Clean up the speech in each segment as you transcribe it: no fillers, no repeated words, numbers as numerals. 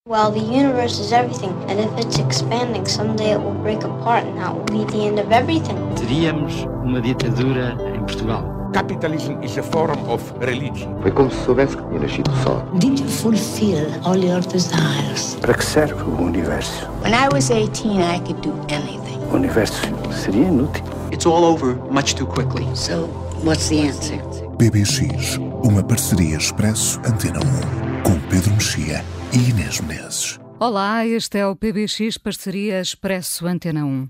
Well, the universe is everything, and if it's expanding, someday it will break apart, and that will be the end of everything. Teríamos uma ditadura em Portugal. Capitalism is a form of religion. Foi como se soubesse que tinha nascido só. Did you fulfill all your desires? Para que serve o universo? When I was 18, I could do anything. O universo seria inútil. It's all over much too quickly. So, what's the answer? PBX, uma parceria Expresso Antena 1, com Pedro Mexia e Inês Menezes. Olá, este é o PBX Parceria Expresso Antena 1.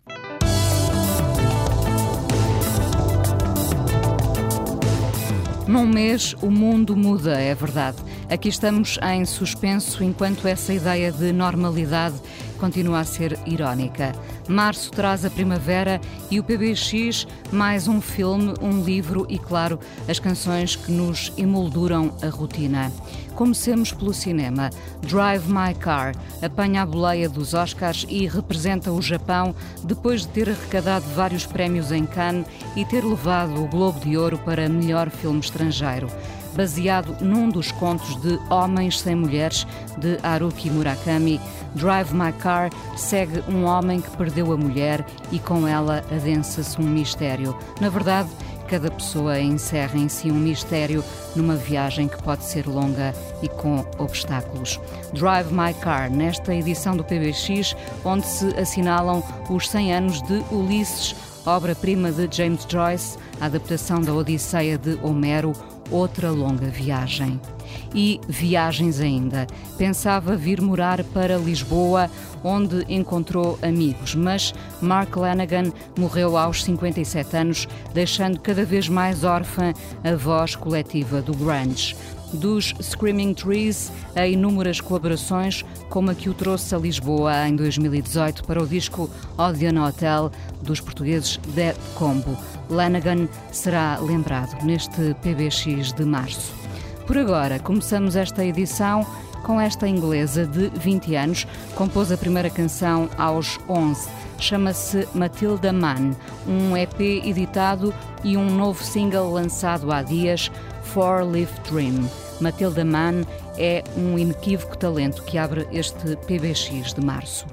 Num mês, o mundo muda, é verdade. Aqui estamos em suspenso enquanto essa ideia de normalidade continua a ser irónica. Março traz a primavera e o PBX, mais um filme, um livro e, claro, as canções que nos emolduram a rotina. Comecemos pelo cinema. Drive My Car apanha a boleia dos Oscars e representa o Japão depois de ter arrecadado vários prémios em Cannes e ter levado o Globo de Ouro para melhor filme estrangeiro. Baseado num dos contos de Homens Sem Mulheres, de Haruki Murakami, Drive My Car segue um homem que perdeu a mulher e com ela adensa-se um mistério. Na verdade, cada pessoa encerra em si um mistério numa viagem que pode ser longa e com obstáculos. Drive My Car, nesta edição do PBX, onde se assinalam os 100 anos de Ulisses, obra-prima de James Joyce, a adaptação da Odisseia de Homero, outra longa viagem. E viagens ainda. Pensava vir morar para Lisboa, onde encontrou amigos, mas Mark Lanegan morreu aos 57 anos, deixando cada vez mais órfã a voz coletiva do grunge. Dos Screaming Trees a inúmeras colaborações, como a que o trouxe a Lisboa em 2018 para o disco Odeon Hotel dos portugueses Dead Combo. Lanegan será lembrado neste PBX de março. Por agora, começamos esta edição com esta inglesa de 20 anos, compôs a primeira canção aos 11. Chama-se Matilda Mann, um EP editado e um novo single lançado há dias, Four Leaf Dream. Matilda Mann é um inequívoco talento que abre este PBX de março.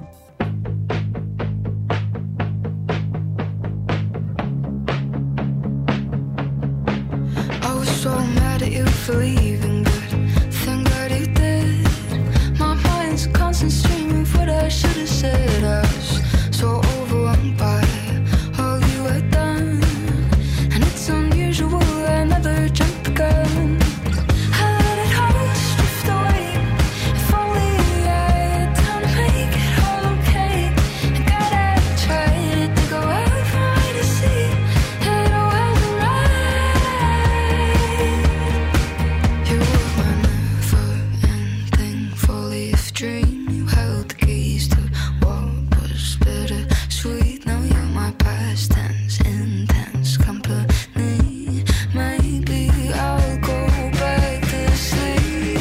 I was so mad at you for leaving, but thank God you did. My mind's a constant stream of what I should have said. I was so overwhelmed by all you had done, and it's unusual, I never jumped the gun. I let it all drift away. If only I had time to make it all okay. And God, I tried to go out for me to see it all wasn't right. You were my never-ending four-leaf dream. You held the keys to what was bittersweet. Now you're my past tense, intense company. Maybe I'll go back to sleep.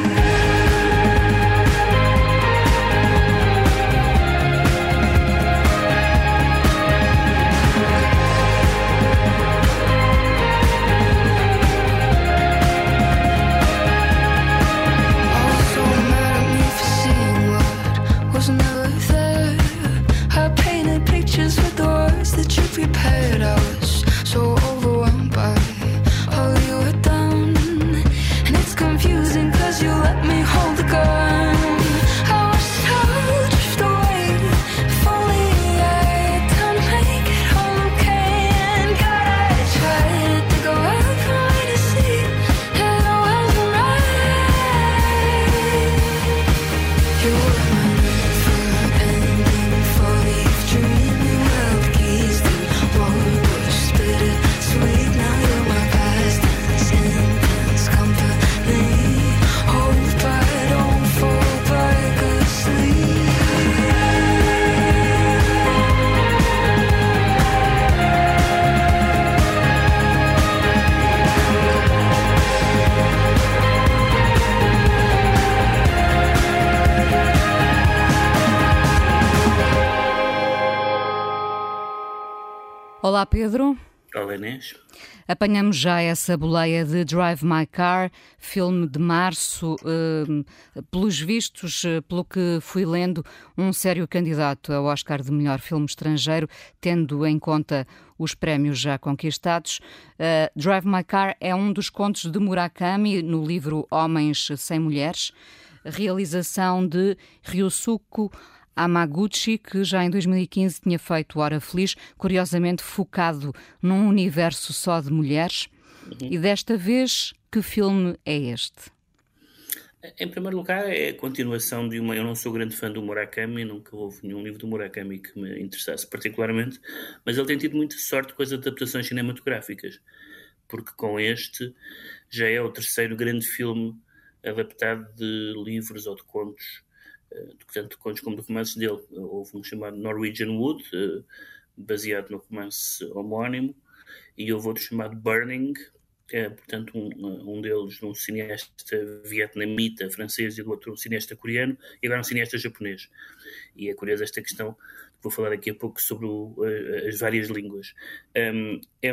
I was so mad at me for seeing what was never there. I painted pictures with the words that you prepared. I was so overwhelmed by all you had done, and it's confusing cause you let me hold the gun. I watched it all drift away. If only I had time to make it all okay. And God, I tried to go out for me to see it all wasn't right. You were my never-ending four-leaf dream. You held the keys to what was bittersweet. Now you're my past tense, intense company. Hope I don't fall back asleep. Olá, Pedro. Olá, Inês. Apanhamos já essa boleia de Drive My Car, filme de março, pelos vistos, pelo que fui lendo, um sério candidato ao Oscar de melhor filme estrangeiro, tendo em conta os prémios já conquistados. Drive My Car é um dos contos de Murakami no livro Homens Sem Mulheres, realização de Ryusuke Hamaguchi, que já em 2015 tinha feito Hora Feliz, curiosamente focado num universo só de mulheres. E desta vez, que filme é este? Em primeiro lugar, é a continuação de uma... Eu não sou grande fã do Murakami, nunca houve nenhum livro do Murakami que me interessasse particularmente, mas ele tem tido muita sorte com as adaptações cinematográficas, porque com este já é o terceiro grande filme adaptado de livros ou de contos, tanto de contos como de romances dele. Houve um chamado Norwegian Wood, baseado no romance homónimo, e houve outro chamado Burning, que é, portanto, um deles um cineasta vietnamita, francês, e do outro um cineasta coreano, e agora um cineasta japonês. E é curiosa esta questão, vou falar daqui a pouco sobre as várias línguas. É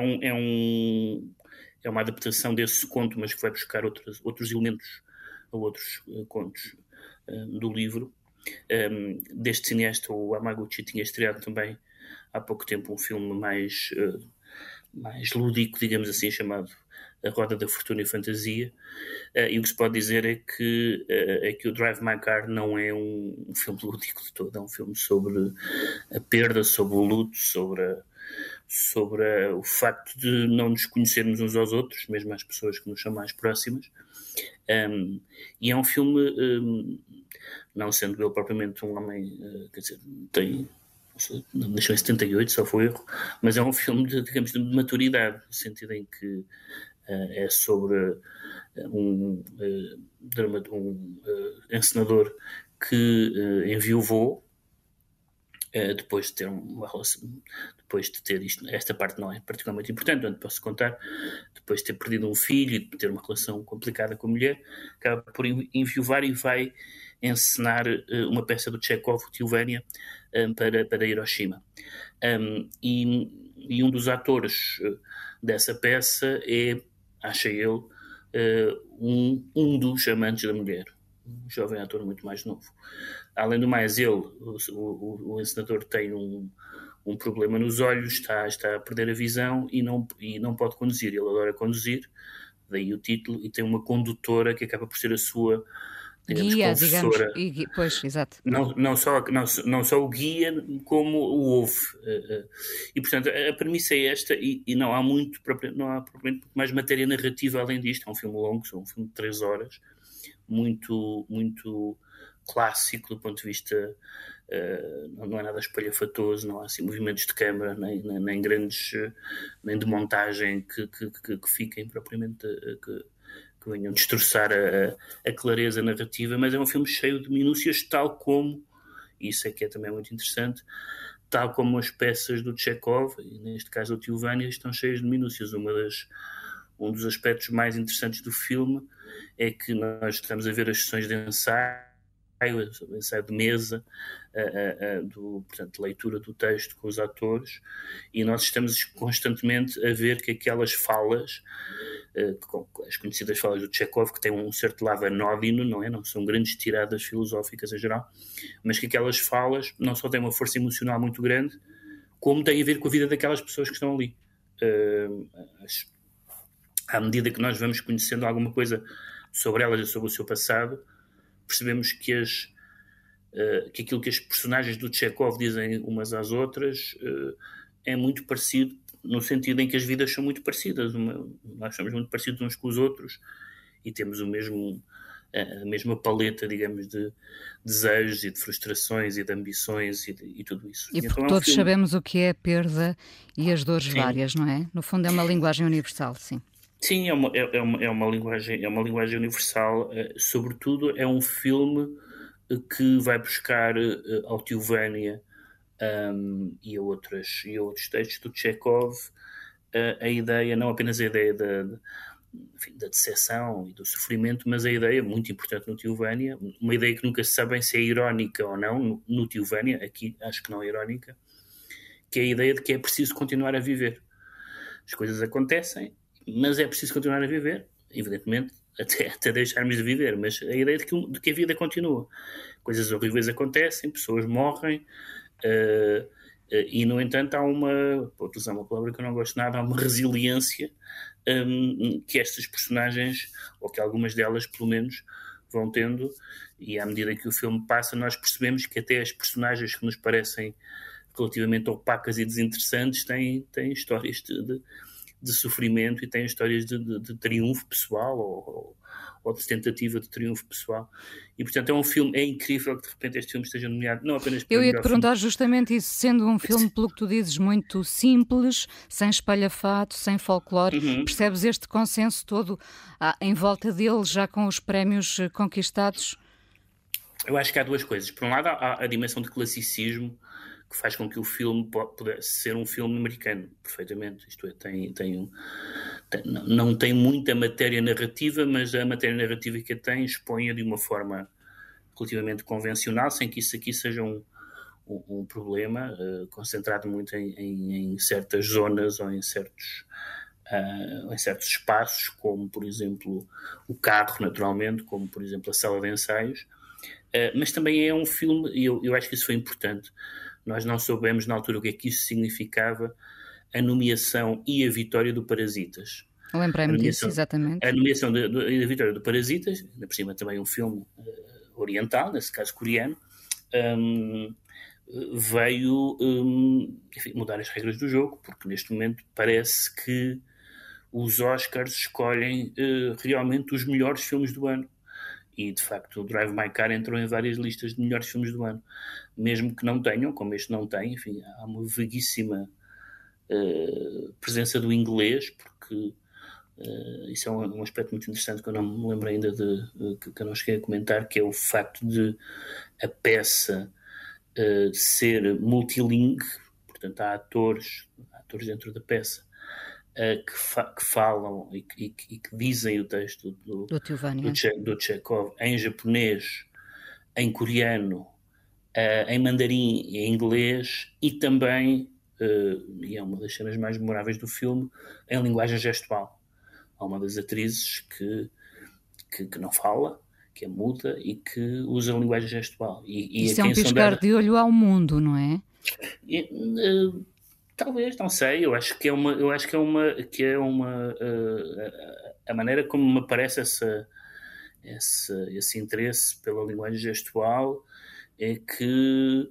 uma adaptação desse conto, mas que vai buscar outros elementos a outros contos do livro. Deste cineasta, o Hamaguchi tinha estreado também há pouco tempo um filme mais lúdico, digamos assim, chamado A Roda da Fortuna e Fantasia, e o que se pode dizer é que o Drive My Car não é um filme lúdico de todo, é um filme sobre a perda, sobre o luto, sobre o facto de não nos conhecermos uns aos outros, mesmo as pessoas que nos são mais próximas. E é um filme, não sendo ele propriamente um homem, quer dizer, não deixou em 78, só foi erro, mas é um filme digamos, de maturidade, no sentido em que é sobre um encenador que enviuvou depois de ter uma relação, depois de ter isto, esta parte não é particularmente importante, onde posso contar, depois de ter perdido um filho e de ter uma relação complicada com a mulher, acaba por enviuvar e vai encenar uma peça do Chekhov, o Tilvânia, para Hiroshima. E um dos atores dessa peça é, acha ele, um dos amantes da mulher, um jovem ator muito mais novo. Além do mais, o encenador tem um problema nos olhos, está a perder a visão e não pode conduzir. Ele adora conduzir, daí o título, e tem uma condutora que acaba por ser a sua, digamos, guia, confessora. Pois, exato. Não só o guia, como o ouve. E, portanto, a premissa é esta, e não há propriamente mais matéria narrativa além disto. É um filme longo, é um filme de 3 horas, muito, muito clássico do ponto de vista, não é nada espalhafatoso, não há assim movimentos de câmara, nem grandes, nem de montagem que fiquem propriamente, que venham destroçar a clareza narrativa, mas é um filme cheio de minúcias, tal como, isso é que é também muito interessante, tal como as peças do Chekhov, e neste caso o Tilvânia, estão cheias de minúcias. Um dos aspectos mais interessantes do filme é que nós estamos a ver as sessões de ensaio de mesa, portanto, leitura do texto com os atores, e nós estamos constantemente a ver que aquelas falas, as conhecidas falas do Chekhov, que têm um certo lado anódino, não são grandes tiradas filosóficas em geral, mas que aquelas falas não só têm uma força emocional muito grande, como têm a ver com a vida daquelas pessoas que estão ali. À medida que nós vamos conhecendo alguma coisa sobre elas e sobre o seu passado, percebemos que aquilo que as personagens do Chekhov dizem umas às outras é muito parecido, no sentido em que as vidas são muito parecidas. Nós somos muito parecidos uns com os outros e temos a mesma paleta, digamos, de desejos e de frustrações e de ambições e tudo isso. E porque então todos sabemos o que é a perda e as dores várias, não é? No fundo é uma linguagem universal, sim. Sim, é uma linguagem universal. Sobretudo é um filme que vai buscar ao Tilvânia e a outros textos do Chekhov a ideia, não apenas a ideia da decepção e do sofrimento, mas a ideia muito importante no Tilvânia, uma ideia que nunca se sabe bem se é irónica ou não no Tilvânia, aqui acho que não é irónica, que é a ideia de que é preciso continuar a viver. As coisas acontecem, mas é preciso continuar a viver, evidentemente, até deixarmos de viver, mas a ideia de que a vida continua. Coisas horríveis acontecem, pessoas morrem, e, no entanto, há vou utilizar uma palavra que eu não gosto nada, há uma resiliência que estas personagens, ou que algumas delas, pelo menos, vão tendo, e à medida que o filme passa, nós percebemos que até as personagens que nos parecem relativamente opacas e desinteressantes têm histórias de sofrimento e têm histórias de triunfo pessoal ou de tentativa de triunfo pessoal. E, portanto, é incrível que de repente este filme esteja nomeado, não apenas pelo Eu ia-te melhor perguntar filme. justamente isso, sendo um filme, pelo que tu dizes, muito simples, sem espalhafato, sem folclore, percebes este consenso todo em volta dele, já com os prémios conquistados? Eu acho que há duas coisas. Por um lado, há a dimensão de classicismo, que faz com que o filme pudesse ser um filme americano, perfeitamente. Isto é, não tem muita matéria narrativa, mas a matéria narrativa que a tem expõe-a de uma forma relativamente convencional, sem que isso aqui seja um problema, concentrado muito em certas zonas ou em certos espaços, como, por exemplo, o carro, naturalmente, como, por exemplo, a sala de ensaios. Mas também é um filme, e eu acho que isso foi importante. Nós não soubemos na altura o que é que isso significava, a nomeação e a vitória do Parasitas. Lembrei-me disso, exatamente. A nomeação e a vitória do Parasitas, ainda por cima também um filme oriental, nesse caso coreano, veio mudar as regras do jogo, porque neste momento parece que os Oscars escolhem realmente os melhores filmes do ano. E, de facto, o Drive My Car entrou em várias listas de melhores filmes do ano. Mesmo que não tenham, como este não tem, enfim, há uma vaguíssima presença do inglês, porque isso é um aspecto muito interessante que eu não me lembro ainda que eu não cheguei a comentar, que é o facto de a peça ser multilingue, portanto há atores dentro da peça que falam e que dizem o texto do Chekhov em japonês, em coreano, em mandarim e em inglês, e também, e é uma das cenas mais memoráveis do filme, em linguagem gestual. Há uma das atrizes que não fala, que é muda e que usa a linguagem gestual. Isto é um piscar de olho ao mundo, não é? Talvez, não sei. Eu acho que é a maneira como me aparece esse interesse pela linguagem gestual é que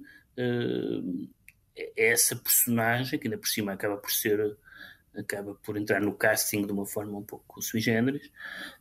essa personagem, que ainda por cima acaba por entrar no casting de uma forma um pouco sui generis,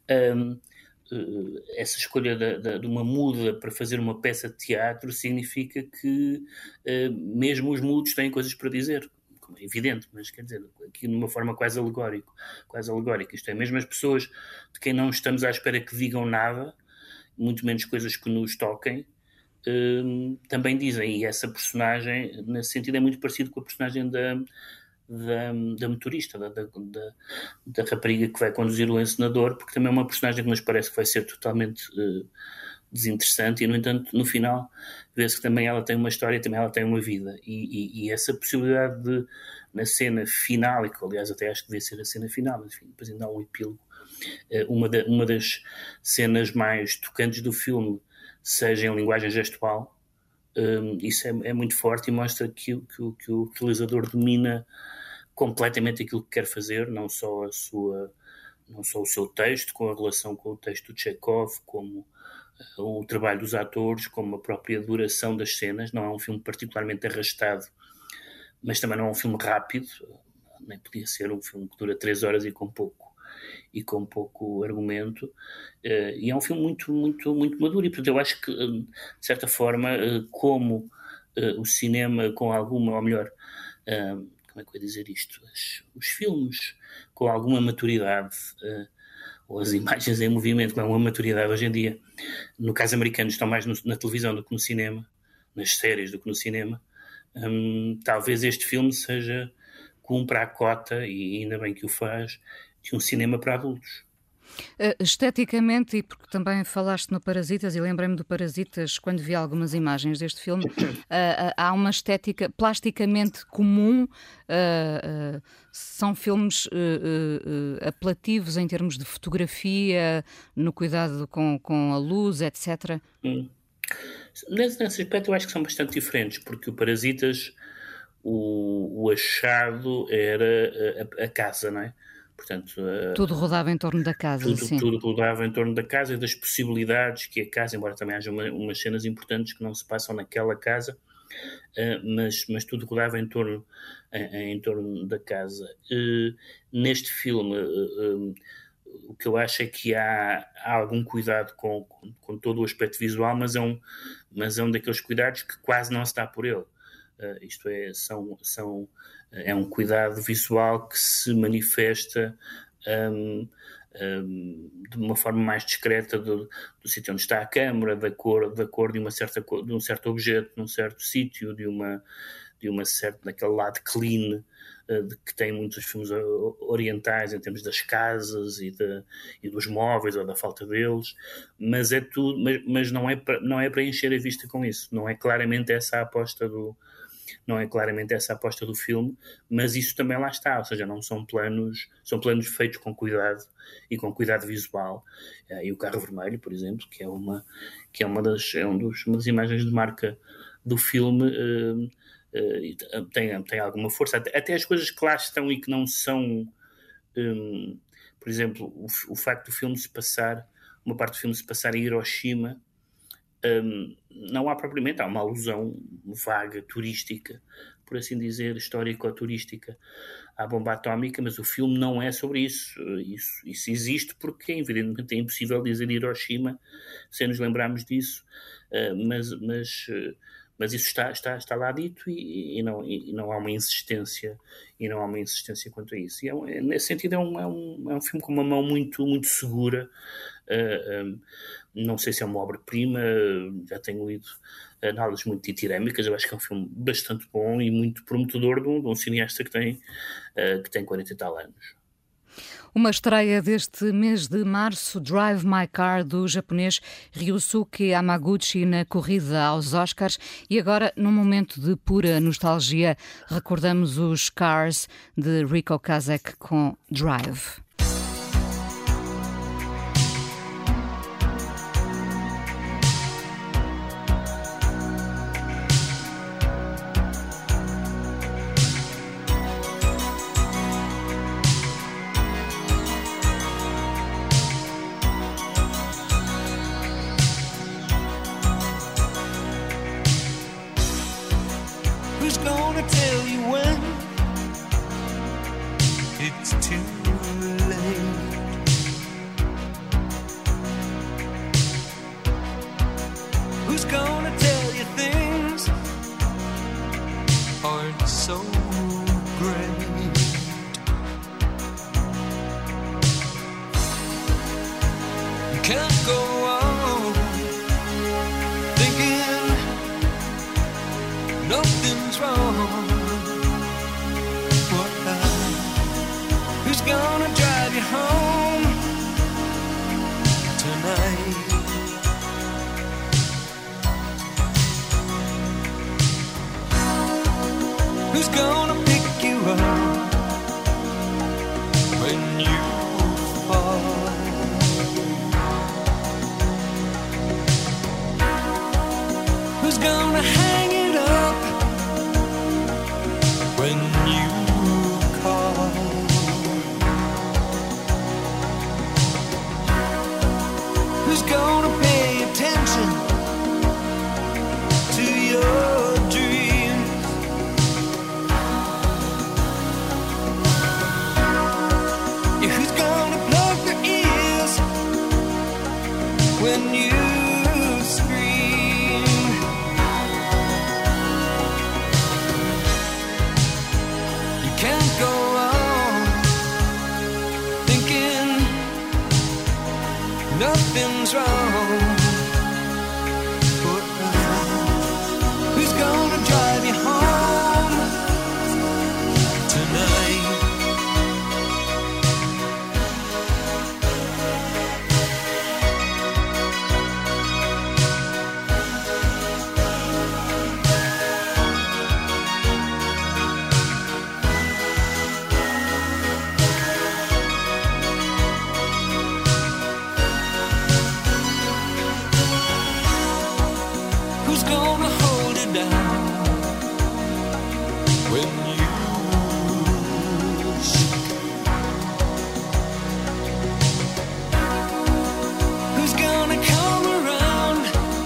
essa escolha de uma muda para fazer uma peça de teatro significa que mesmo os mudos têm coisas para dizer. É evidente, mas quer dizer, aqui de uma forma quase alegórica. Isto é, mesmo as pessoas de quem não estamos à espera que digam nada, muito menos coisas que nos toquem, também dizem. E essa personagem, nesse sentido, é muito parecido com a personagem da motorista, da rapariga que vai conduzir o encenador, porque também é uma personagem que nos parece que vai ser totalmente desinteressante, e no entanto no final vê-se que também ela tem uma história, também ela tem uma vida, e essa possibilidade de, na cena final, e que aliás até acho que devia ser a cena final, mas enfim, depois ainda há um epílogo, uma das cenas mais tocantes do filme seja em linguagem gestual. Isso é muito forte e mostra que o realizador domina completamente aquilo que quer fazer, não só o seu texto, com a relação com o texto do Chekhov, como o trabalho dos atores, como a própria duração das cenas. Não é um filme particularmente arrastado, mas também não é um filme rápido, nem podia ser um filme que dura 3 horas e com pouco argumento, e é um filme muito, muito, muito maduro, e portanto eu acho que, de certa forma, como o cinema com alguma, ou melhor, como é que eu ia dizer isto? Os filmes com alguma maturidade, ou as imagens em movimento com alguma maturidade hoje em dia, no caso americano, estão mais na televisão do que no cinema, nas séries do que no cinema. Talvez este filme cumpra a cota, e ainda bem que o faz, de um cinema para adultos. Esteticamente, e porque também falaste no Parasitas, e lembrei-me do Parasitas quando vi algumas imagens deste filme, há uma estética plasticamente comum, são filmes apelativos em termos de fotografia, no cuidado com a luz, etc. Nesse aspecto eu acho que são bastante diferentes, porque o Parasitas, o achado era a casa, não é? Portanto, tudo rodava em torno da casa, tudo rodava em torno da casa e das possibilidades que a casa, embora também haja umas cenas importantes que não se passam naquela casa, mas tudo rodava em torno da casa. Neste filme, o que eu acho é que há algum cuidado com todo o aspecto visual, mas é um daqueles cuidados que quase não se dá por ele. Isto é, é um cuidado visual que se manifesta de uma forma mais discreta do sítio onde está a câmara, da cor de um certo objeto, num certo sítio, daquele lado clean que tem muitos filmes orientais em termos das casas e dos móveis ou da falta deles, mas é tudo, mas não é para encher a vista com isso, não é claramente essa a aposta do filme, mas isso também lá está, ou seja, não são planos, são planos feitos com cuidado e com cuidado visual. E o Carro Vermelho, por exemplo, que é uma das imagens de marca do filme, tem alguma força, até as coisas que lá estão e que não são, por exemplo, o facto do filme uma parte do filme se passar em Hiroshima. Não há propriamente, há uma alusão vaga, turística, por assim dizer, histórico-turística à bomba atómica, mas o filme não é sobre isso. Isso existe porque, evidentemente, é impossível dizer Hiroshima sem nos lembrarmos disso, mas isso está lá dito e não há uma insistência quanto a isso. E nesse sentido é um filme com uma mão muito, muito segura. Não sei se é uma obra-prima, já tenho lido análises muito ditirâmicas. Eu acho que é um filme bastante bom e muito prometedor de um cineasta que tem 40 e tal anos. Uma estreia deste mês de março, Drive My Car, do japonês Ryusuke Hamaguchi, na corrida aos Oscars. E agora, num momento de pura nostalgia, recordamos os Cars de Rico Ocasek com Drive. When you scream down when you speak? Who's gonna come around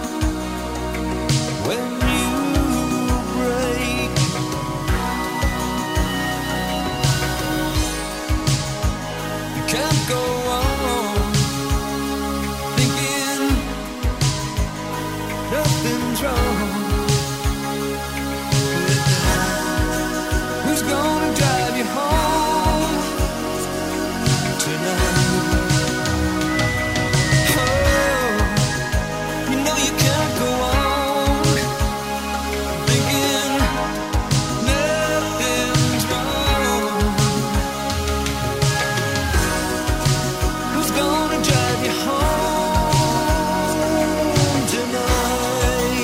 when you break? You can't go on thinking nothing's wrong. Who's gonna drive you home tonight? Oh, you know you can't go on thinking nothing's wrong. Who's gonna drive you home tonight?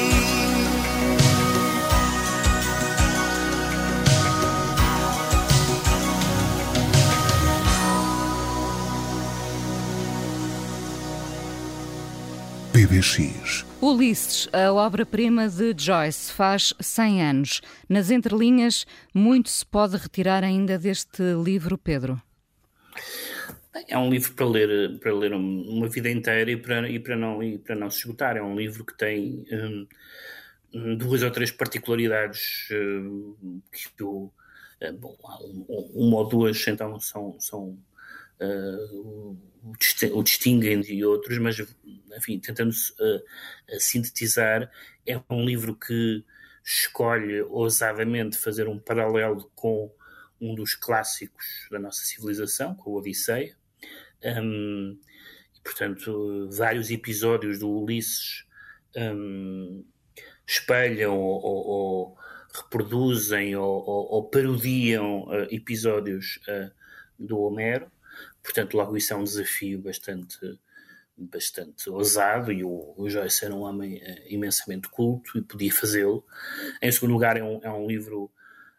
PBX. Ulisses, a obra-prima de Joyce, faz 100 anos. Nas entrelinhas, muito se pode retirar ainda deste livro, Pedro? É um livro para ler uma vida inteira e para não se esgotar. É um livro que tem duas ou três particularidades que uma ou duas então o distinguem de outros, mas enfim, tentando sintetizar, é um livro que escolhe ousadamente fazer um paralelo com um dos clássicos da nossa civilização, com a Odisseia. E, portanto, vários episódios do Ulisses espelham ou reproduzem ou parodiam episódios do Homero. Portanto, logo isso é um desafio bastante ousado, e o Joyce era um homem imensamente culto e podia fazê-lo. Em segundo lugar, é um livro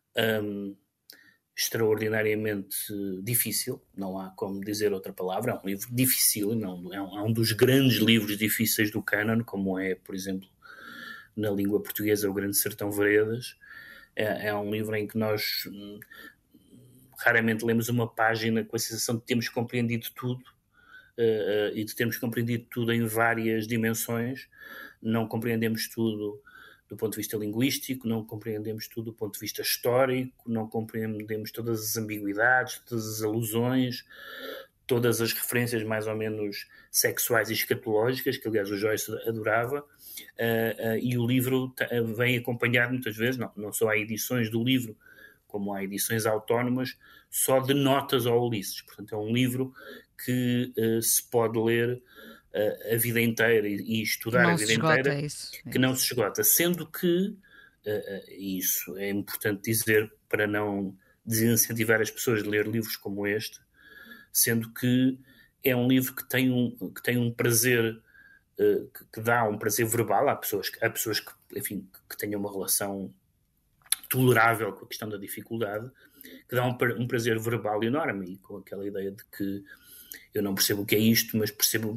extraordinariamente difícil, não há como dizer outra palavra. É um livro difícil, é um dos grandes livros difíceis do cânon, como é, por exemplo, na língua portuguesa, O Grande Sertão Veredas. É um livro em que nós raramente lemos uma página com a sensação de termos compreendido tudo, e de termos compreendido tudo em várias dimensões. Não compreendemos tudo do ponto de vista linguístico, não compreendemos tudo do ponto de vista histórico, não compreendemos todas as ambiguidades, todas as alusões, todas as referências mais ou menos sexuais e escatológicas, que aliás o Joyce adorava, e o livro vem acompanhado muitas vezes, não só há edições do livro, como há edições autónomas, só de notas ao Ulisses. Portanto, é um livro que se pode ler a vida inteira e estudar a vida inteira, que não se esgota. Sendo que, isso é importante dizer para não desincentivar as pessoas de ler livros como este, sendo que é um livro que tem um prazer, que dá um prazer verbal. Há pessoas que enfim, que tenham uma relação tolerável com a questão da dificuldade, que dá um prazer verbal enorme, e com aquela ideia de que eu não percebo o que é isto, mas percebo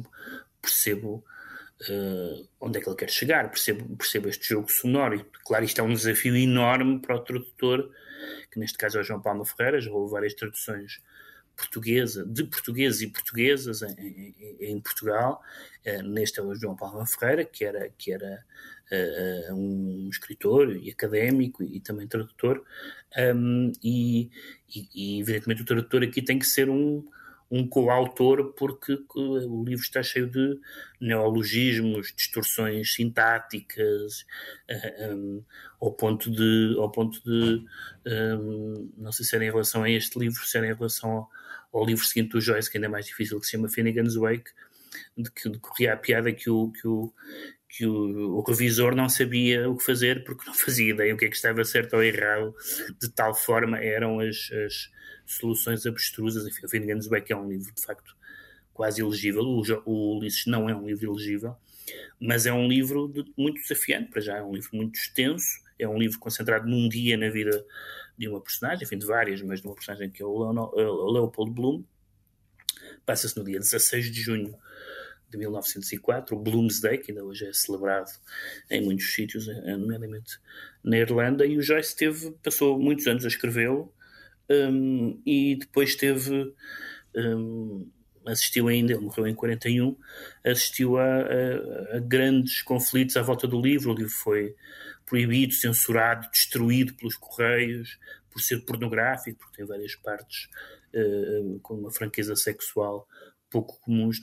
onde é que ele quer chegar, percebo este jogo sonoro. E, claro, isto é um desafio enorme para o tradutor, que neste caso é o João Palma Ferreira. Já houve várias traduções de portugueses e portuguesas em Portugal. Neste é o João Palma Ferreira, que era um escritor e académico e também tradutor, e evidentemente o tradutor aqui tem que ser um coautor, porque o livro está cheio de neologismos, distorções sintáticas, ao ponto de não sei se era em relação a este livro, se era em relação ao livro seguinte do Joyce, que ainda é mais difícil, que se chama Finnegan's Wake, de que decorria a piada que o revisor não sabia o que fazer, porque não fazia ideia o que é que estava certo ou errado, de tal forma eram as soluções abstrusas. Enfim, o Finnegan's Wake é um livro de facto quase ilegível. O Ulisses não é um livro ilegível, mas é um livro muito desafiante. Para já é um livro muito extenso, é um livro concentrado num dia na vida de uma personagem, enfim, de várias, mas de uma personagem que é o Leopold Bloom. Passa-se no dia 16 de junho de 1904, o Bloomsday, que ainda hoje é celebrado em muitos sítios, nomeadamente na Irlanda, e o Joyce passou muitos anos a escrevê-lo, e depois assistiu ainda, ele morreu em 41, assistiu a grandes conflitos à volta do livro. O livro foi proibido, censurado, destruído pelos Correios, por ser pornográfico, porque tem várias partes com uma franqueza sexual pouco comuns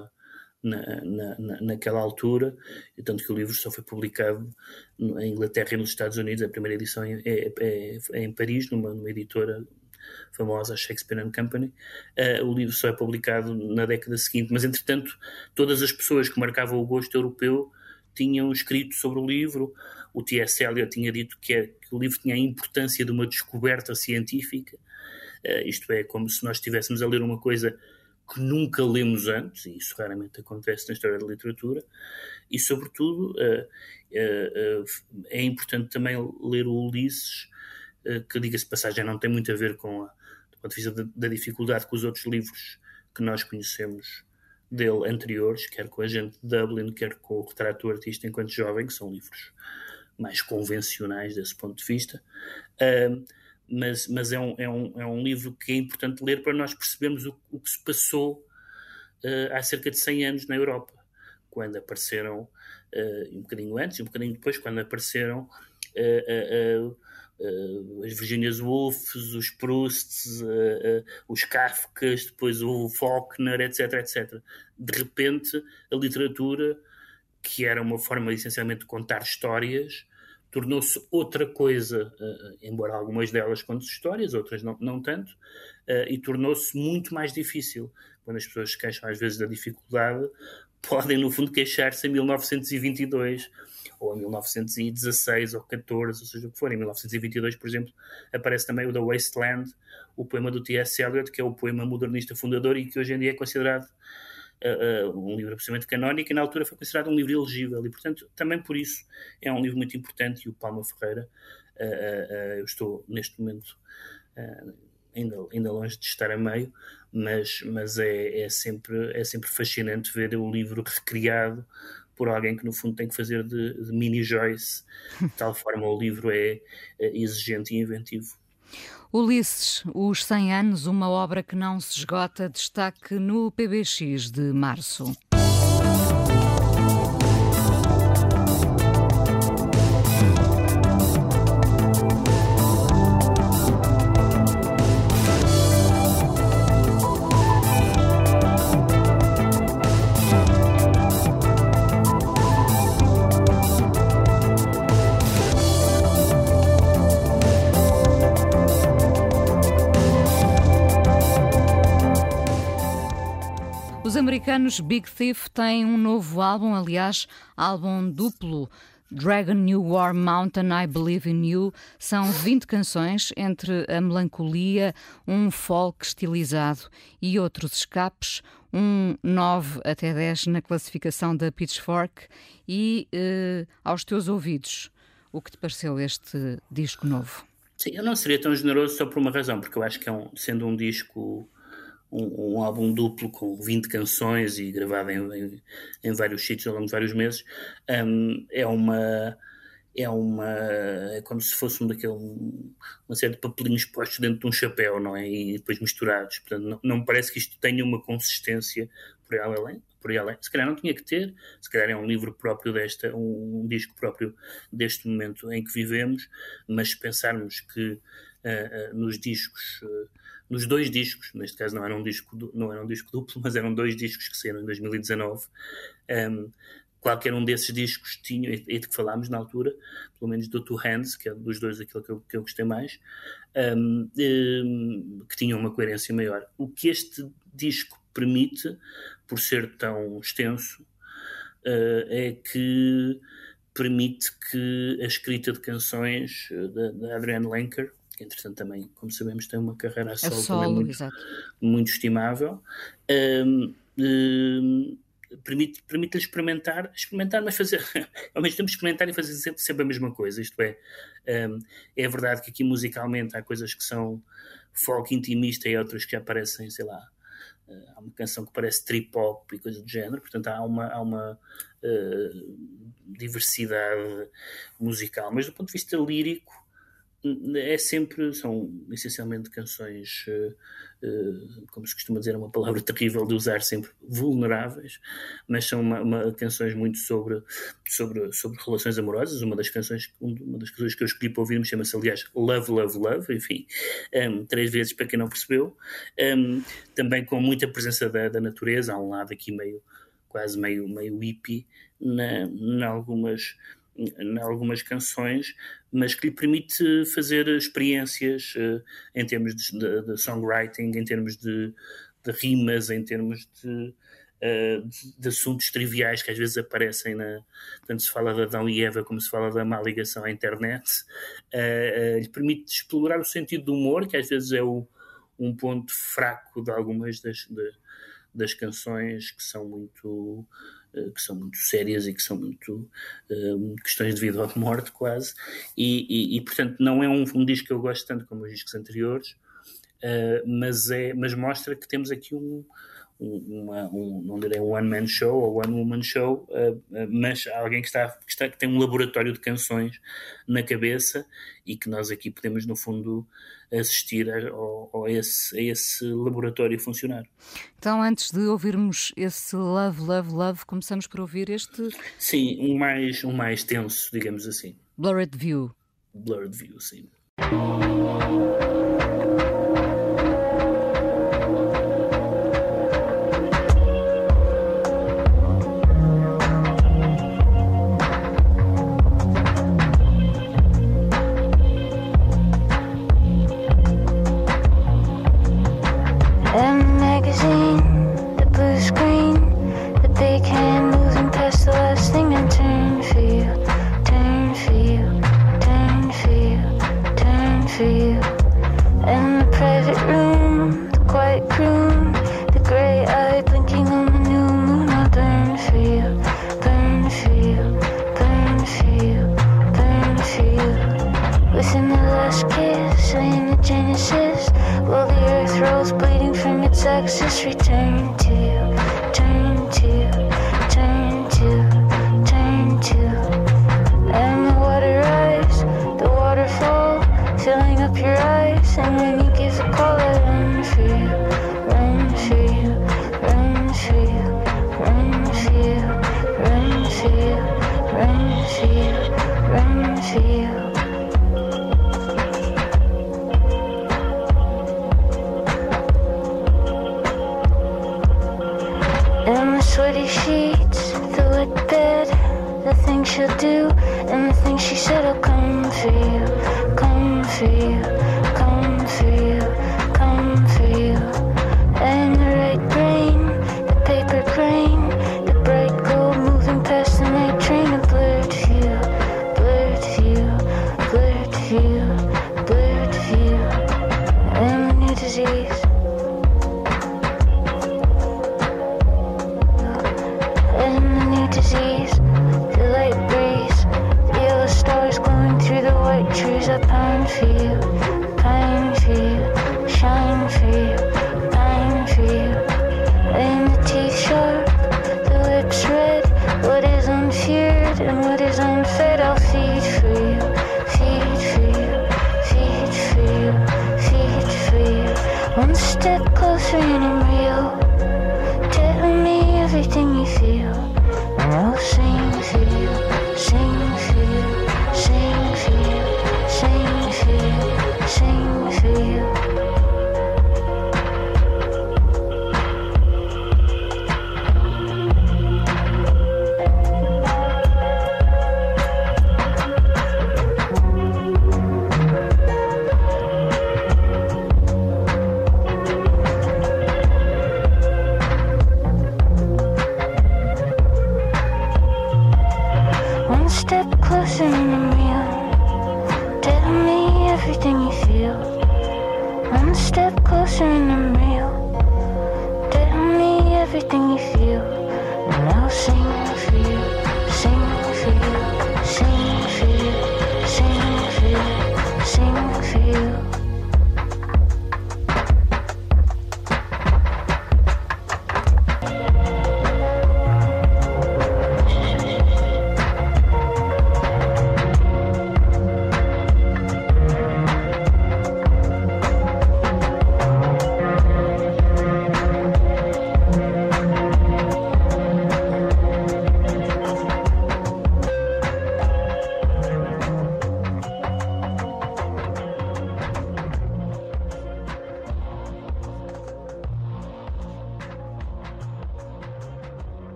naquela altura, e tanto que o livro só foi publicado em Inglaterra e nos Estados Unidos. A primeira edição é em Paris, numa editora famosa, Shakespeare and Company. O livro só é publicado na década seguinte, mas entretanto todas as pessoas que marcavam o gosto europeu tinham escrito sobre o livro. O T.S. Eliot tinha dito que o livro tinha a importância de uma descoberta científica, isto é, como se nós estivéssemos a ler uma coisa que nunca lemos antes, e isso raramente acontece na história da literatura. E sobretudo é importante também ler o Ulisses, que, diga-se de passagem, não tem muito a ver com do ponto de vista da dificuldade com os outros livros que nós conhecemos dele anteriores, quer com a Gente de Dublin, quer com o Retrato do Artista Enquanto Jovem, que são livros mais convencionais desse ponto de vista, mas é um livro que é importante ler para nós percebermos o que se passou há cerca de 100 anos na Europa, quando apareceram, um bocadinho antes e um bocadinho depois, quando apareceram as Virginia Woolf, os Prousts, os Kafkas, depois o Faulkner, etc, etc. De repente, a literatura, que era uma forma essencialmente de contar histórias, tornou-se outra coisa, embora algumas delas contem histórias, outras não tanto, e tornou-se muito mais difícil. Quando as pessoas se queixam às vezes da dificuldade, podem no fundo queixar-se em 1922, ou em 1916 ou 14, ou seja o que for. Em 1922, por exemplo, aparece também o The Wasteland, o poema do T.S. Eliot, que é o poema modernista fundador e que hoje em dia é considerado um livro absolutamente canónico, e na altura foi considerado um livro elegível, e portanto também por isso é um livro muito importante. E o Palma Ferreira, eu estou neste momento ainda longe de estar a meio, mas é sempre fascinante ver o livro recriado por alguém que no fundo tem que fazer de mini Joyce, de tal forma o livro é exigente e inventivo. Ulisses, os 100 anos, uma obra que não se esgota, destaque no PBX de março. Os americanos Big Thief têm um novo álbum, aliás, álbum duplo, Dragon New War Mountain, I Believe in You. São 20 canções, entre a melancolia, um folk estilizado e outros escapes, um 9 até 10 na classificação da Pitchfork. E aos teus ouvidos, o que te pareceu este disco novo? Sim, eu não seria tão generoso só por uma razão, porque eu acho que sendo um disco, um álbum duplo com 20 canções e gravado em vários sítios ao longo de vários meses, é como se fosse uma série de papelinhos postos dentro de um chapéu, não é? E depois misturados. Portanto, não me parece que isto tenha uma consistência por aí além. Se calhar não tinha que ter, se calhar é um livro próprio um disco próprio deste momento em que vivemos, mas se pensarmos que nos dois discos, neste caso não era um disco duplo, mas eram 2 discos que saíram em 2019, qualquer um desses discos tinha, e de que falámos na altura, pelo menos do Two Hands, que é dos dois aquele que eu gostei mais, que tinha uma coerência maior. O que este disco permite, por ser tão extenso, é que permite que a escrita de canções da Adrienne Lenker, que entretanto também, como sabemos, tem uma carreira a solo também muito estimável, permite-lhe experimentar, mas fazer ao mesmo tempo experimentar e fazer sempre a mesma coisa. Isto é verdade que aqui musicalmente há coisas que são folk intimista e outras que aparecem, sei lá, há uma canção que parece trip-hop e coisa do género, portanto há uma diversidade musical, mas do ponto de vista lírico são essencialmente canções, como se costuma dizer, é uma palavra terrível de usar sempre, vulneráveis, mas são canções muito sobre relações amorosas. Uma das canções que eu escolhi para ouvir chama-se, aliás, Love, Love, Love, enfim, 3 vezes para quem não percebeu, também com muita presença da natureza. Há um lado aqui quase meio hippie em algumas canções, mas que lhe permite fazer experiências em termos de songwriting, em termos de rimas, em termos de assuntos triviais que às vezes aparecem tanto se fala de Adão e Eva como se fala da má ligação à internet. Lhe permite explorar o sentido do humor, que às vezes é um ponto fraco de algumas das canções que são muito sérias e que são muito questões de vida ou de morte quase, e portanto não é um disco que eu gosto tanto como os discos anteriores, mas mostra que temos aqui não direi um one-man show ou one-woman show, mas alguém que tem um laboratório de canções na cabeça e que nós aqui podemos no fundo assistir a esse laboratório funcionar. Então, antes de ouvirmos esse Love, Love, Love, começamos por ouvir este... Sim, um mais tenso, digamos assim. Blurred View. Blurred View, sim.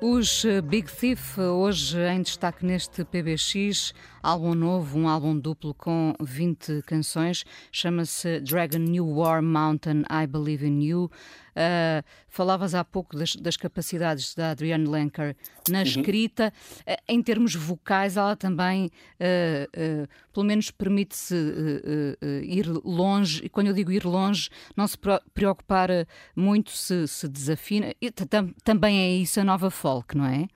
Os Big Thief, hoje em destaque neste PBX, álbum novo, um álbum duplo com 20 canções, chama-se Dragon New War Mountain, I Believe in You. Falavas há pouco das capacidades da Adrienne Lenker na escrita. Em termos vocais, ela também, pelo menos, permite-se ir longe, e quando eu digo ir longe, não se preocupar muito se desafina. E também é isso a nova folk, não é?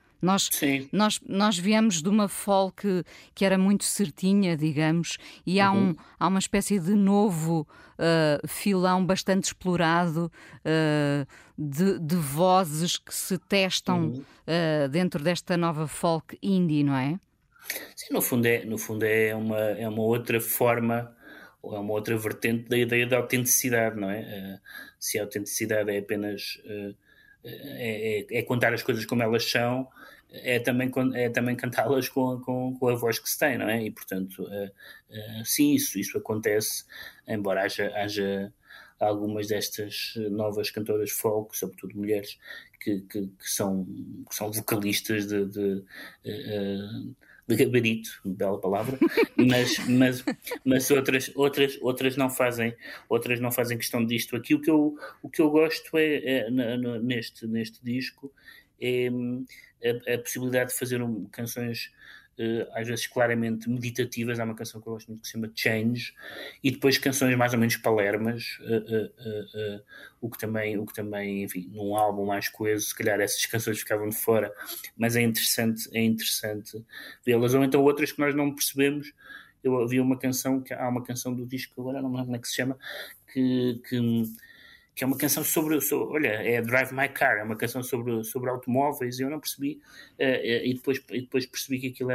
Nós viemos de uma folk que era muito certinha, digamos, e há uma espécie de novo filão bastante explorado de vozes que se testam dentro desta nova folk indie, não é? Sim, no fundo é uma outra forma, ou é uma outra vertente da ideia da autenticidade, não é? Se a autenticidade é apenas é contar as coisas como elas são, é também cantá-las com a voz que se tem, não é? E portanto, sim, isso acontece, embora haja algumas destas novas cantoras folk, sobretudo mulheres, que são vocalistas de gabarito, bela palavra, mas outras não fazem questão disto. Aqui o que eu gosto neste disco é a possibilidade de fazer canções às vezes claramente meditativas. Há uma canção que eu gosto muito que se chama Change, e depois canções mais ou menos palermas, o que também, enfim, num álbum mais coeso, se calhar essas canções ficavam de fora, mas é interessante vê-las, ou então outras que nós não percebemos. Eu havia há uma canção do disco, agora não me lembro como é que se chama, que é uma canção olha, é Drive My Car, é uma canção sobre automóveis, e eu não percebi, e depois percebi que aquilo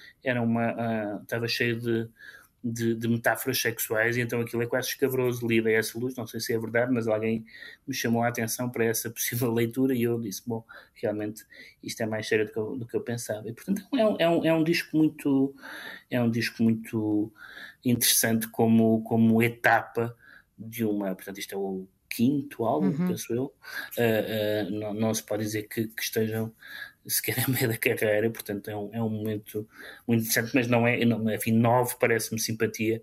estava cheio de metáforas sexuais, e então aquilo é quase escabroso, lida a essa luz. Não sei se é verdade, mas alguém me chamou a atenção para essa possível leitura, e eu disse, bom, realmente isto é mais sério do que eu pensava. E portanto é um disco muito interessante como etapa de uma, portanto isto é o quinto álbum, penso eu. Não se pode dizer que estejam sequer a meio da carreira, portanto é um momento muito interessante, mas não é, enfim, 9 parece-me simpatia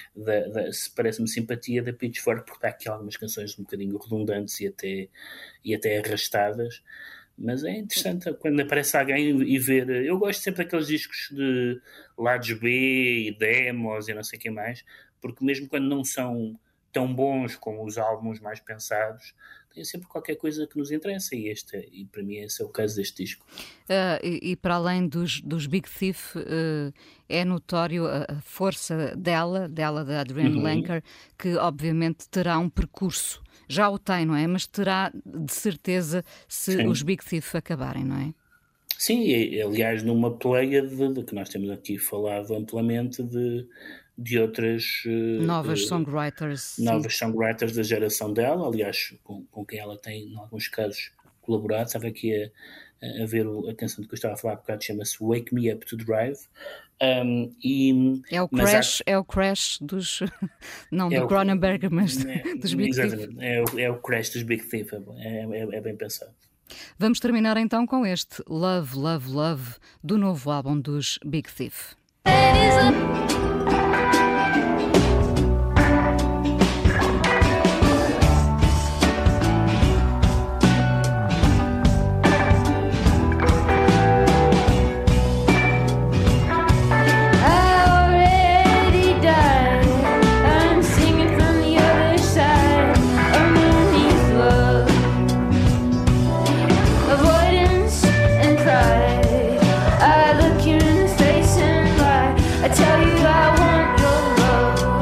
da Pitchfork, porque há aqui algumas canções um bocadinho redundantes e até arrastadas, mas é interessante quando aparece alguém e ver. Eu gosto sempre daqueles discos de lados B e demos e não sei o que mais, porque mesmo quando não são tão bons como os álbuns mais pensados, tem sempre qualquer coisa que nos interessa, e para mim esse é o caso deste disco. E para além dos Big Thief, é notório a força dela da Adrienne Lenker, que obviamente terá um percurso, já o tem, não é? Mas terá de certeza se os Big Thief acabarem, não é? Sim, aliás, numa pleia de que nós temos aqui falado amplamente de outras novas songwriters da geração dela, aliás, com quem ela tem, em alguns casos, colaborado. Estava aqui a ver a canção de que eu estava a falar há bocado, chama-se Wake Me Up to Drive. É o Crash dos não do Cronenberg, mas dos Big Thief. Exatamente, é o Crash dos Big Thief, é bem pensado. Vamos terminar então com este Love, Love, Love do novo álbum dos Big Thief. I look you in the face and lie. I tell you I want your love.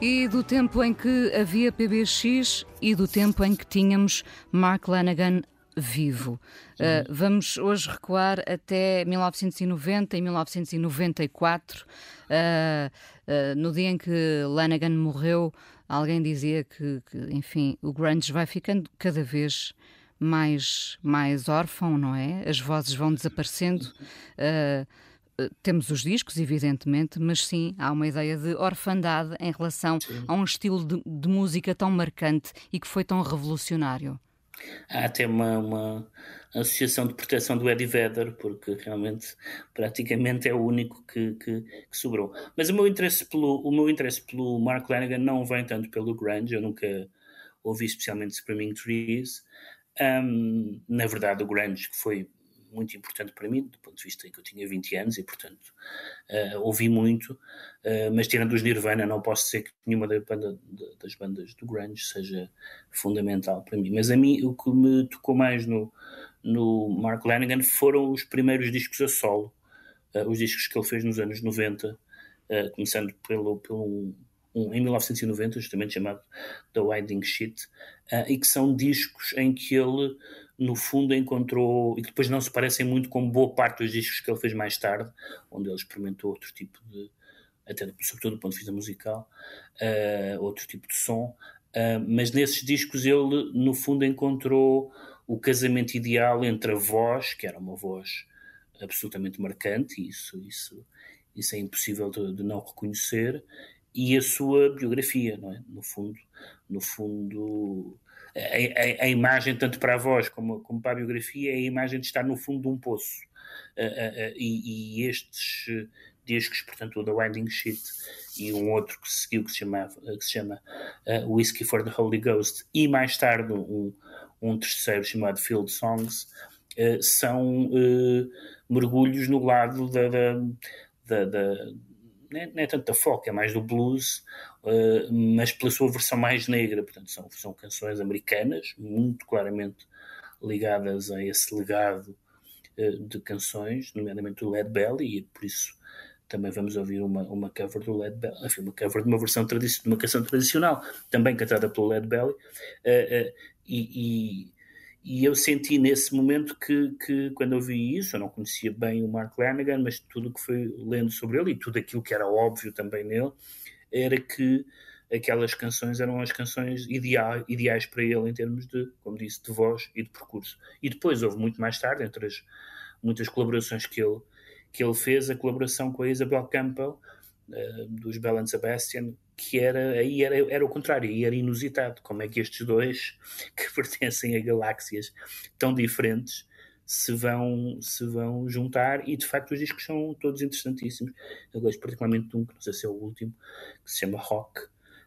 E do tempo em que havia PBX e do tempo em que tínhamos Mark Lanegan vivo. Vamos hoje recuar até 1990 e 1994. No dia em que Lanegan morreu, alguém dizia que enfim, o grunge vai ficando cada vez mais órfão, não é? As vozes vão desaparecendo. Temos os discos, evidentemente, mas sim, há uma ideia de orfandade em relação a um estilo de música tão marcante e que foi tão revolucionário. Há até uma associação de proteção do Eddie Vedder, porque realmente, praticamente é o único que sobrou. Mas o meu interesse pelo Mark Lanegan não vem tanto pelo grunge, eu nunca ouvi especialmente Screaming Trees. Na verdade, o grunge que foi muito importante para mim, do ponto de vista que eu tinha 20 anos e, portanto, ouvi muito, mas tirando os Nirvana, não posso dizer que nenhuma das bandas do grunge seja fundamental para mim. Mas a mim, o que me tocou mais no Mark Lanegan foram os primeiros discos a solo, os discos que ele fez nos anos 90, começando em 1990, justamente chamado The Winding Sheet, e que são discos em que ele, no fundo, encontrou, e que depois não se parecem muito com boa parte dos discos que ele fez mais tarde, onde ele experimentou outro tipo de, até sobretudo do ponto de vista musical, outro tipo de som, mas nesses discos ele, no fundo, encontrou o casamento ideal entre a voz, que era uma voz absolutamente marcante, e isso é impossível de não reconhecer, e a sua biografia, não é? No fundo a imagem, tanto para a voz como para a biografia, é a imagem de estar no fundo de um poço. E estes discos, portanto, o The Winding Sheet e um outro que seguiu, que se chama Whiskey for the Holy Ghost, e mais tarde um terceiro chamado Field Songs, são mergulhos no lado não é tanto da folk, é mais do blues, mas pela sua versão mais negra. Portanto, são canções americanas, muito claramente ligadas a esse legado de canções, nomeadamente do Lead Belly, e por isso também vamos ouvir uma cover do Lead Belly, enfim, uma cover de uma versão de uma canção tradicional, também cantada pelo Lead Belly, e eu senti nesse momento que quando eu vi isso, eu não conhecia bem o Mark Lanegan, mas tudo o que fui lendo sobre ele e tudo aquilo que era óbvio também nele, era que aquelas canções eram as canções ideais para ele em termos de, como disse, de voz e de percurso. E depois houve muito mais tarde, entre as muitas colaborações que ele fez, a colaboração com a Isabel Campbell, dos Belle and Sebastian, que era o contrário, e era inusitado. Como é que estes dois, que pertencem a galáxias tão diferentes, se vão juntar? E de facto os discos são todos interessantíssimos. Eu gosto particularmente de um, que não sei se é o último, que se chama Rock,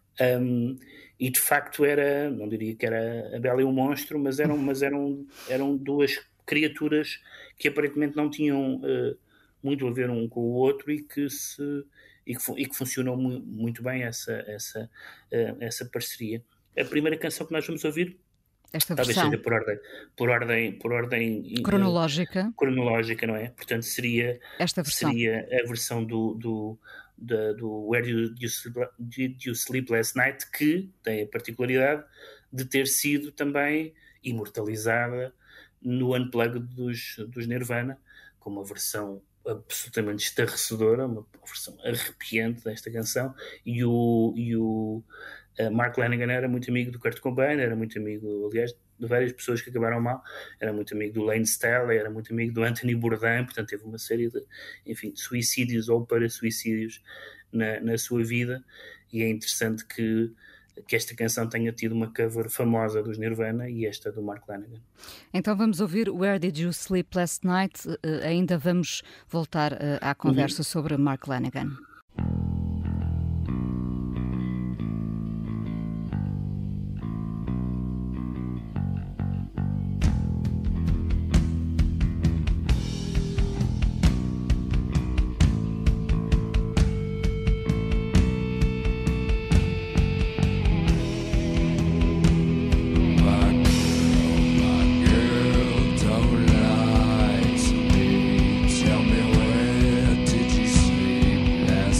e de facto não diria que era a Bela e o Monstro, mas eram duas criaturas que aparentemente não tinham muito a ver um com o outro, e que funcionou muito bem essa parceria. A primeira canção que nós vamos ouvir, esta talvez versão, seja por ordem cronológica, não é? Portanto, seria a versão do Where Did You Sleep Last Night, que tem a particularidade de ter sido também imortalizada no Unplugged dos Nirvana, com uma versão absolutamente estarrecedora, uma versão arrepiante desta canção. E o Mark Lanegan era muito amigo do Kurt Cobain, era muito amigo, aliás, de várias pessoas que acabaram mal, era muito amigo do Lane Staley, era muito amigo do Anthony Bourdain, portanto teve uma série de suicídios ou para-suicídios na sua vida, e é interessante que esta canção tenha tido uma cover famosa dos Nirvana, e esta do Mark Lanegan. Então vamos ouvir Where Did You Sleep Last Night? Ainda vamos voltar à conversa sobre Mark Lanegan. Tell me where did you sleep last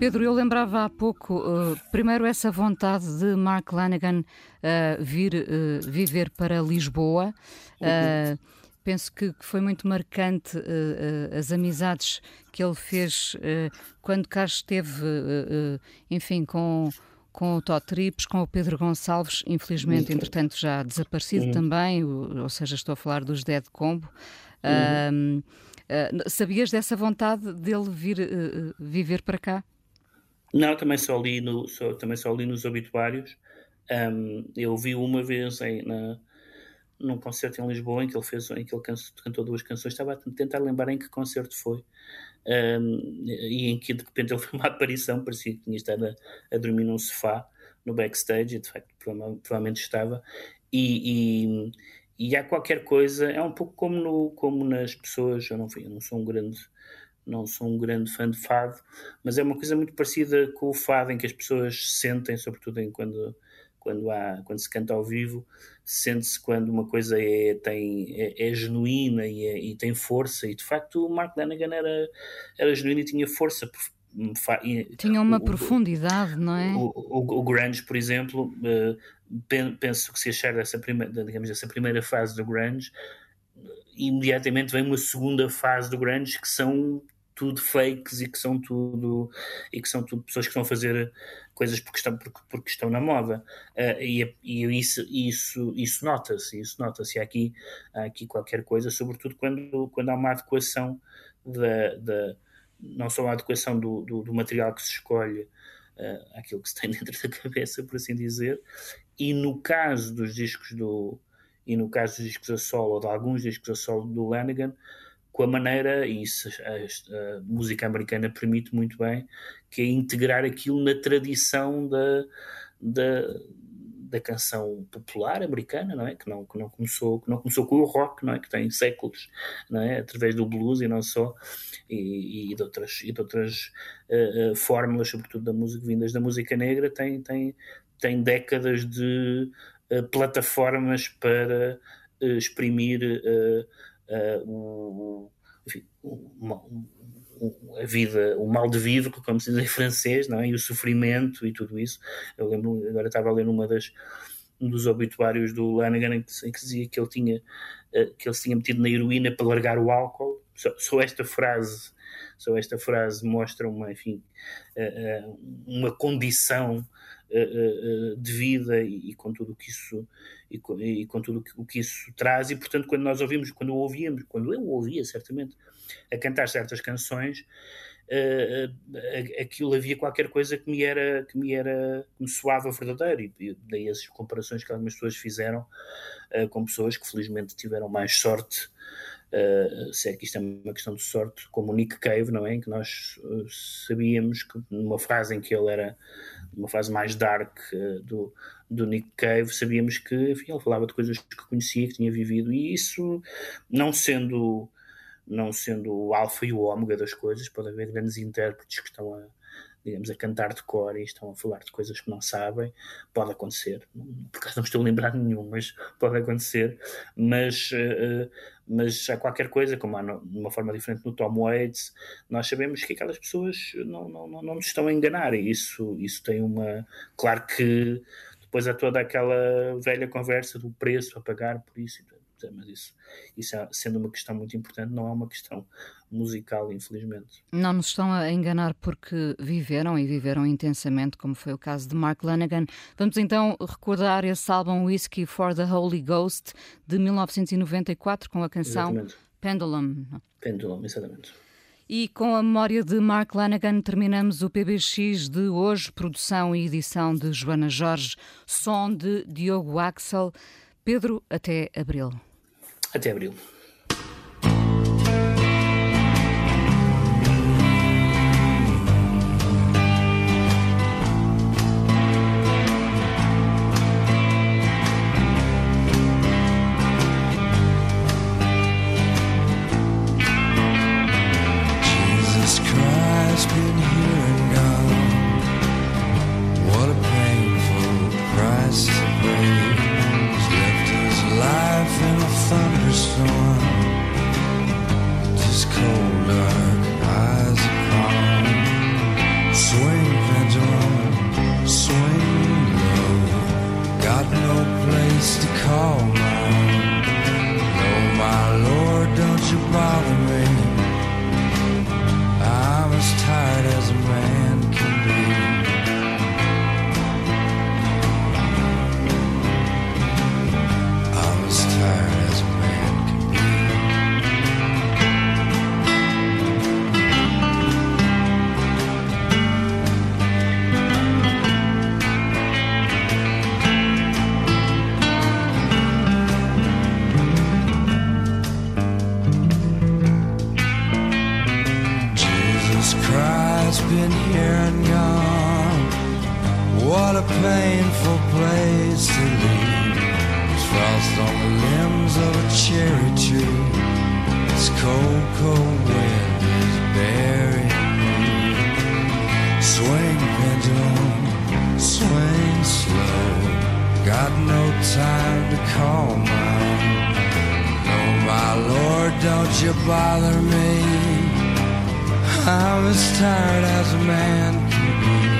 Pedro, eu lembrava há pouco, primeiro essa vontade de Mark Lanegan vir viver para Lisboa. Penso que foi muito marcante as amizades que ele fez quando cá esteve, enfim, com o Tó Trips, com o Pedro Gonçalves, infelizmente, entretanto, já desaparecido também, ou seja, estou a falar dos Dead Combo. Sabias dessa vontade dele vir viver para cá? Não, também só li nos obituários. Eu vi uma vez num concerto em Lisboa em que ele cantou 2 canções. Estava a tentar lembrar em que concerto foi, e em que de repente ele foi uma aparição, parecia que tinha estado a dormir num sofá no backstage, e de facto provavelmente estava, e há qualquer coisa, é um pouco como nas pessoas. Eu não sou um grande fã de fado, mas é uma coisa muito parecida com o fado, em que as pessoas sentem, sobretudo quando se canta ao vivo, sente-se quando uma coisa é genuína e tem força, e de facto o Mark Lanegan era genuíno e tinha força. Tinha uma profundidade, não é? O grunge, por exemplo, penso que se achar dessa primeira fase do grunge, imediatamente vem uma segunda fase do grunge, que são tudo fakes e que são tudo pessoas que estão a fazer coisas porque estão na moda, e isso nota-se. Há aqui qualquer coisa, sobretudo quando há uma adequação não só a adequação do material que se escolhe àquilo que se tem dentro da cabeça, por assim dizer, e no caso dos discos a solo, ou de alguns discos a solo do Lanegan, com a maneira, e isso a música americana permite muito bem, que é integrar aquilo na tradição da canção popular americana, não é? Que não começou com o rock, não é? Que tem séculos, não é? Através do blues e não só, e de outras fórmulas, sobretudo da música, vindas da música negra, tem décadas de plataformas para exprimir a vida, o mal de vivre, como se diz em francês, não é? E o sofrimento e tudo isso. Eu lembro, agora estava a ler um dos obituários do Lanegan em que dizia que ele se tinha metido na heroína para largar o álcool. Só esta frase mostra uma condição de vida, e com tudo que isso e com tudo o que isso traz. E portanto, quando eu ouvia certamente a cantar certas canções, aquilo, havia qualquer coisa que me soava verdadeiro, e daí as comparações que algumas pessoas fizeram com pessoas que felizmente tiveram mais sorte, se é que isto é uma questão de sorte, como o Nick Cave, não é? Em que nós sabíamos que numa fase em que ele era uma fase mais dark do Nick Cave, sabíamos que, enfim, ele falava de coisas que conhecia, que tinha vivido, e isso, não sendo o alfa e o ômega das coisas, pode haver grandes intérpretes que estão a cantar de cor e estão a falar de coisas que não sabem. Pode acontecer, por acaso não estou a lembrar de nenhum, mas pode acontecer. Mas há qualquer coisa, como há de uma forma diferente no Tom Waits, nós sabemos que aquelas pessoas não nos estão a enganar, e isso tem claro que depois há toda aquela velha conversa do preço a pagar por isso, mas isso sendo uma questão muito importante, não é uma questão musical, infelizmente. Não nos estão a enganar porque viveram intensamente, como foi o caso de Mark Lanegan. Vamos então recordar esse álbum Whiskey for the Holy Ghost de 1994 com a canção Pendulum. Pendulum, exatamente. E com a memória de Mark Lanegan terminamos o PBX de hoje, produção e edição de Joana Jorge, som de Diogo Axel. Pedro, até abril. Até abril. Jesus Christ, been here and gone. What a painful price to pay. Life in a thunderstorm. been here and gone. What a painful place to leave. There's frost on the limbs of a cherry tree. This cold, cold wind is burying me. Swing pendulum, swing slow. Got no time to call my own. No, my Lord, don't you bother me. I'm as tired as a man can be.